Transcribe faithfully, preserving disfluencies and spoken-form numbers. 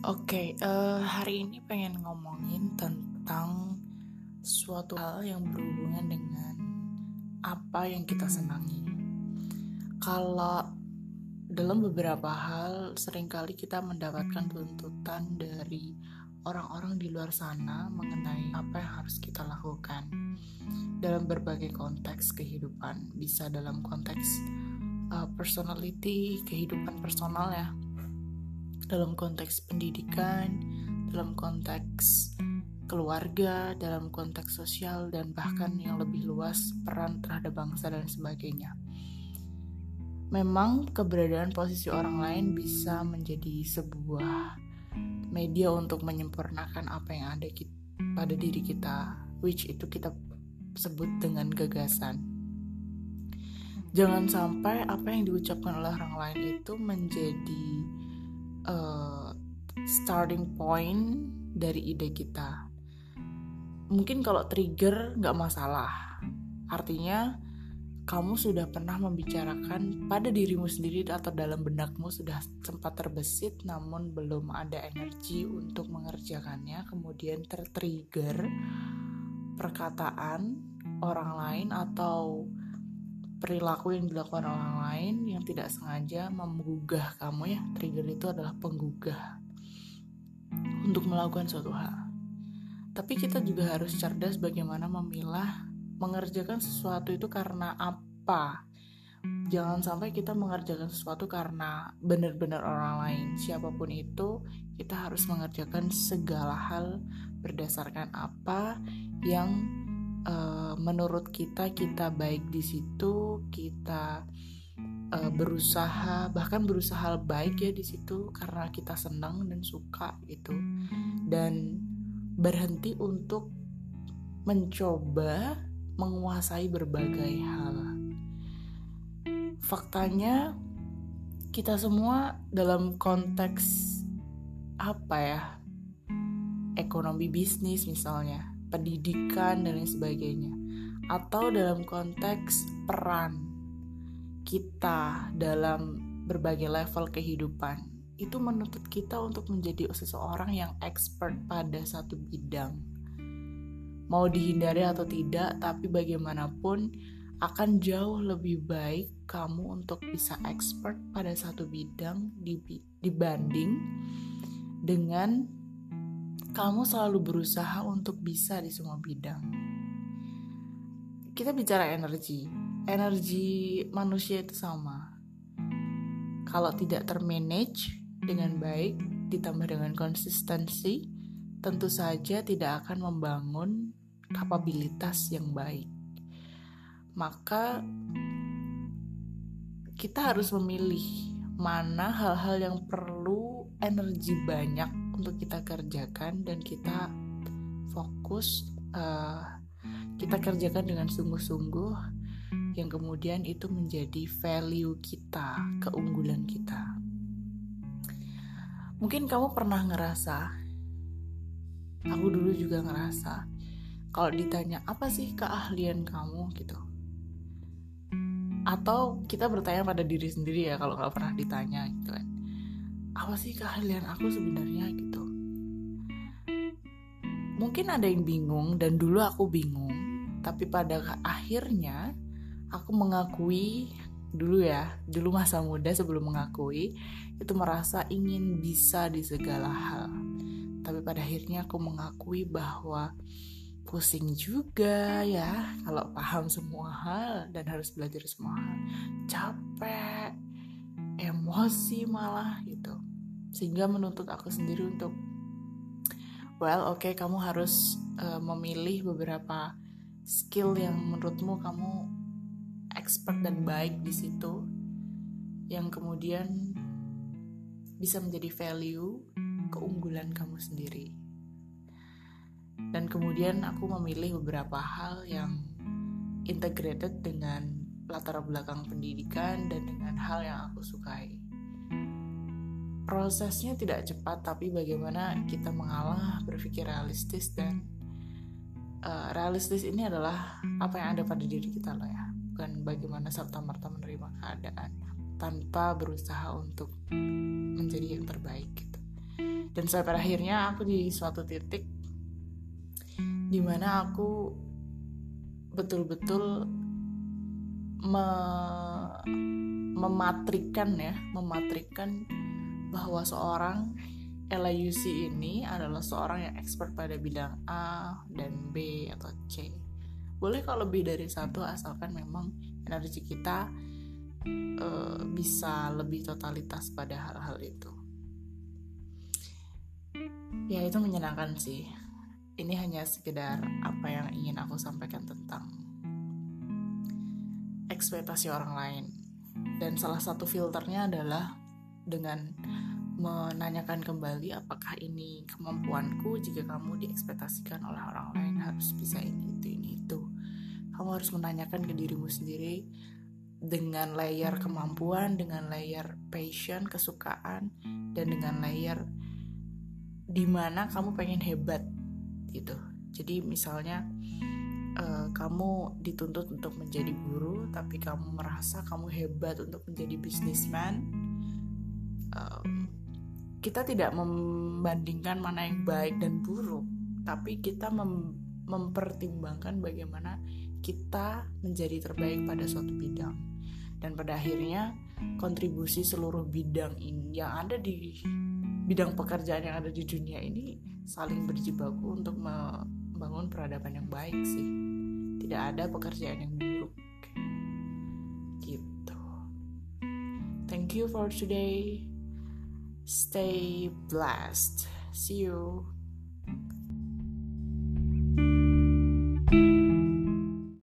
Oke, eh, hari ini pengen ngomongin tentang suatu hal yang berhubungan dengan apa yang kita senangi. Kalau dalam beberapa hal seringkali kita mendapatkan tuntutan dari orang-orang di luar sana mengenai apa yang harus kita lakukan dalam berbagai konteks kehidupan. Bisa dalam konteks uh, personality, kehidupan personal ya, dalam konteks pendidikan, dalam konteks keluarga, dalam konteks sosial, dan bahkan yang lebih luas peran terhadap bangsa dan sebagainya. Memang keberadaan posisi orang lain bisa menjadi sebuah media untuk menyempurnakan apa yang ada pada diri kita, which itu kita sebut dengan gagasan. Jangan sampai apa yang diucapkan oleh orang lain itu menjadi Uh, starting point dari ide kita. Mungkin kalau trigger gak masalah, artinya kamu sudah pernah membicarakan pada dirimu sendiri atau dalam benakmu sudah sempat terbesit namun belum ada energi untuk mengerjakannya, kemudian tertrigger perkataan orang lain atau perilaku yang dilakukan orang lain yang tidak sengaja menggugah kamu ya. Trigger itu adalah penggugah untuk melakukan suatu hal. Tapi kita juga harus cerdas bagaimana memilah mengerjakan sesuatu itu karena apa. Jangan sampai kita mengerjakan sesuatu karena benar-benar orang lain. Siapapun itu, kita harus mengerjakan segala hal berdasarkan apa yang Uh, menurut kita kita baik di situ, kita uh, berusaha bahkan berusaha baik ya di situ karena kita senang dan suka gitu, dan berhenti untuk mencoba menguasai berbagai hal. Faktanya kita semua dalam konteks apa ya, ekonomi bisnis misalnya, pendidikan dan lain sebagainya, atau dalam konteks peran kita dalam berbagai level kehidupan, itu menuntut kita untuk menjadi seseorang yang expert pada satu bidang. Mau dihindari atau tidak, tapi bagaimanapun akan jauh lebih baik kamu untuk bisa expert pada satu bidang dibanding dengan kamu selalu berusaha untuk bisa di semua bidang. Kita bicara energi. Energi manusia itu sama. Kalau tidak termanage dengan baik, ditambah dengan konsistensi, tentu saja tidak akan membangun kapabilitas yang baik. Maka kita harus memilih mana hal-hal yang perlu energi banyak untuk kita kerjakan dan kita fokus, uh, kita kerjakan dengan sungguh-sungguh, yang kemudian itu menjadi value kita, keunggulan kita. Mungkin kamu pernah ngerasa, aku dulu juga ngerasa, kalau ditanya apa sih keahlian kamu gitu, atau kita bertanya pada diri sendiri ya kalau nggak pernah ditanya gitu kan, apa sih keahlian aku sebenarnya gitu. Mungkin ada yang bingung, dan dulu aku bingung, tapi pada akhirnya aku mengakui dulu ya, dulu masa muda sebelum mengakui itu merasa ingin bisa di segala hal. Tapi pada akhirnya aku mengakui bahwa pusing juga ya kalau paham semua hal dan harus belajar semua hal. Capek, emosi malah gitu. Sehingga menuntut aku sendiri untuk well, oke, okay, kamu harus uh, memilih beberapa skill yang menurutmu kamu expert dan baik di situ, yang kemudian bisa menjadi value, keunggulan kamu sendiri. Dan kemudian aku memilih beberapa hal yang integrated dengan latar belakang pendidikan dan dengan hal yang aku sukai. Prosesnya tidak cepat, tapi bagaimana kita mengalah, berpikir realistis, dan uh, realistis ini adalah apa yang ada pada diri kita loh ya, bukan bagaimana serta-merta menerima keadaan tanpa berusaha untuk menjadi yang terbaik gitu. Dan sampai pada akhirnya aku di suatu titik dimana aku betul-betul me- mematrikan ya mematrikan bahwa seorang Ella Yusi ini adalah seorang yang expert pada bidang A dan B atau C. Boleh kalau lebih dari satu, asalkan memang energi kita uh, bisa lebih totalitas pada hal-hal itu. Ya, itu menyenangkan sih. Ini hanya sekedar apa yang ingin aku sampaikan tentang ekspektasi orang lain. Dan salah satu filternya adalah dengan menanyakan kembali apakah ini kemampuanku. Jika kamu diekspektasikan oleh orang lain harus bisa ini, itu, ini, itu. Kamu harus menanyakan ke dirimu sendiri dengan layer kemampuan, dengan layer passion, kesukaan, dan dengan layer dimana kamu pengen hebat gitu. Jadi misalnya uh, kamu dituntut untuk menjadi guru, tapi kamu merasa kamu hebat untuk menjadi businessman. Um, kita tidak membandingkan mana yang baik dan buruk, tapi kita mem- mempertimbangkan bagaimana kita menjadi terbaik pada suatu bidang. Dan pada akhirnya kontribusi seluruh bidang ini yang ada di bidang pekerjaan yang ada di dunia ini saling berjibaku untuk membangun peradaban yang baik sih. Tidak ada pekerjaan yang buruk gitu. Thank you for today. Stay blessed. See you.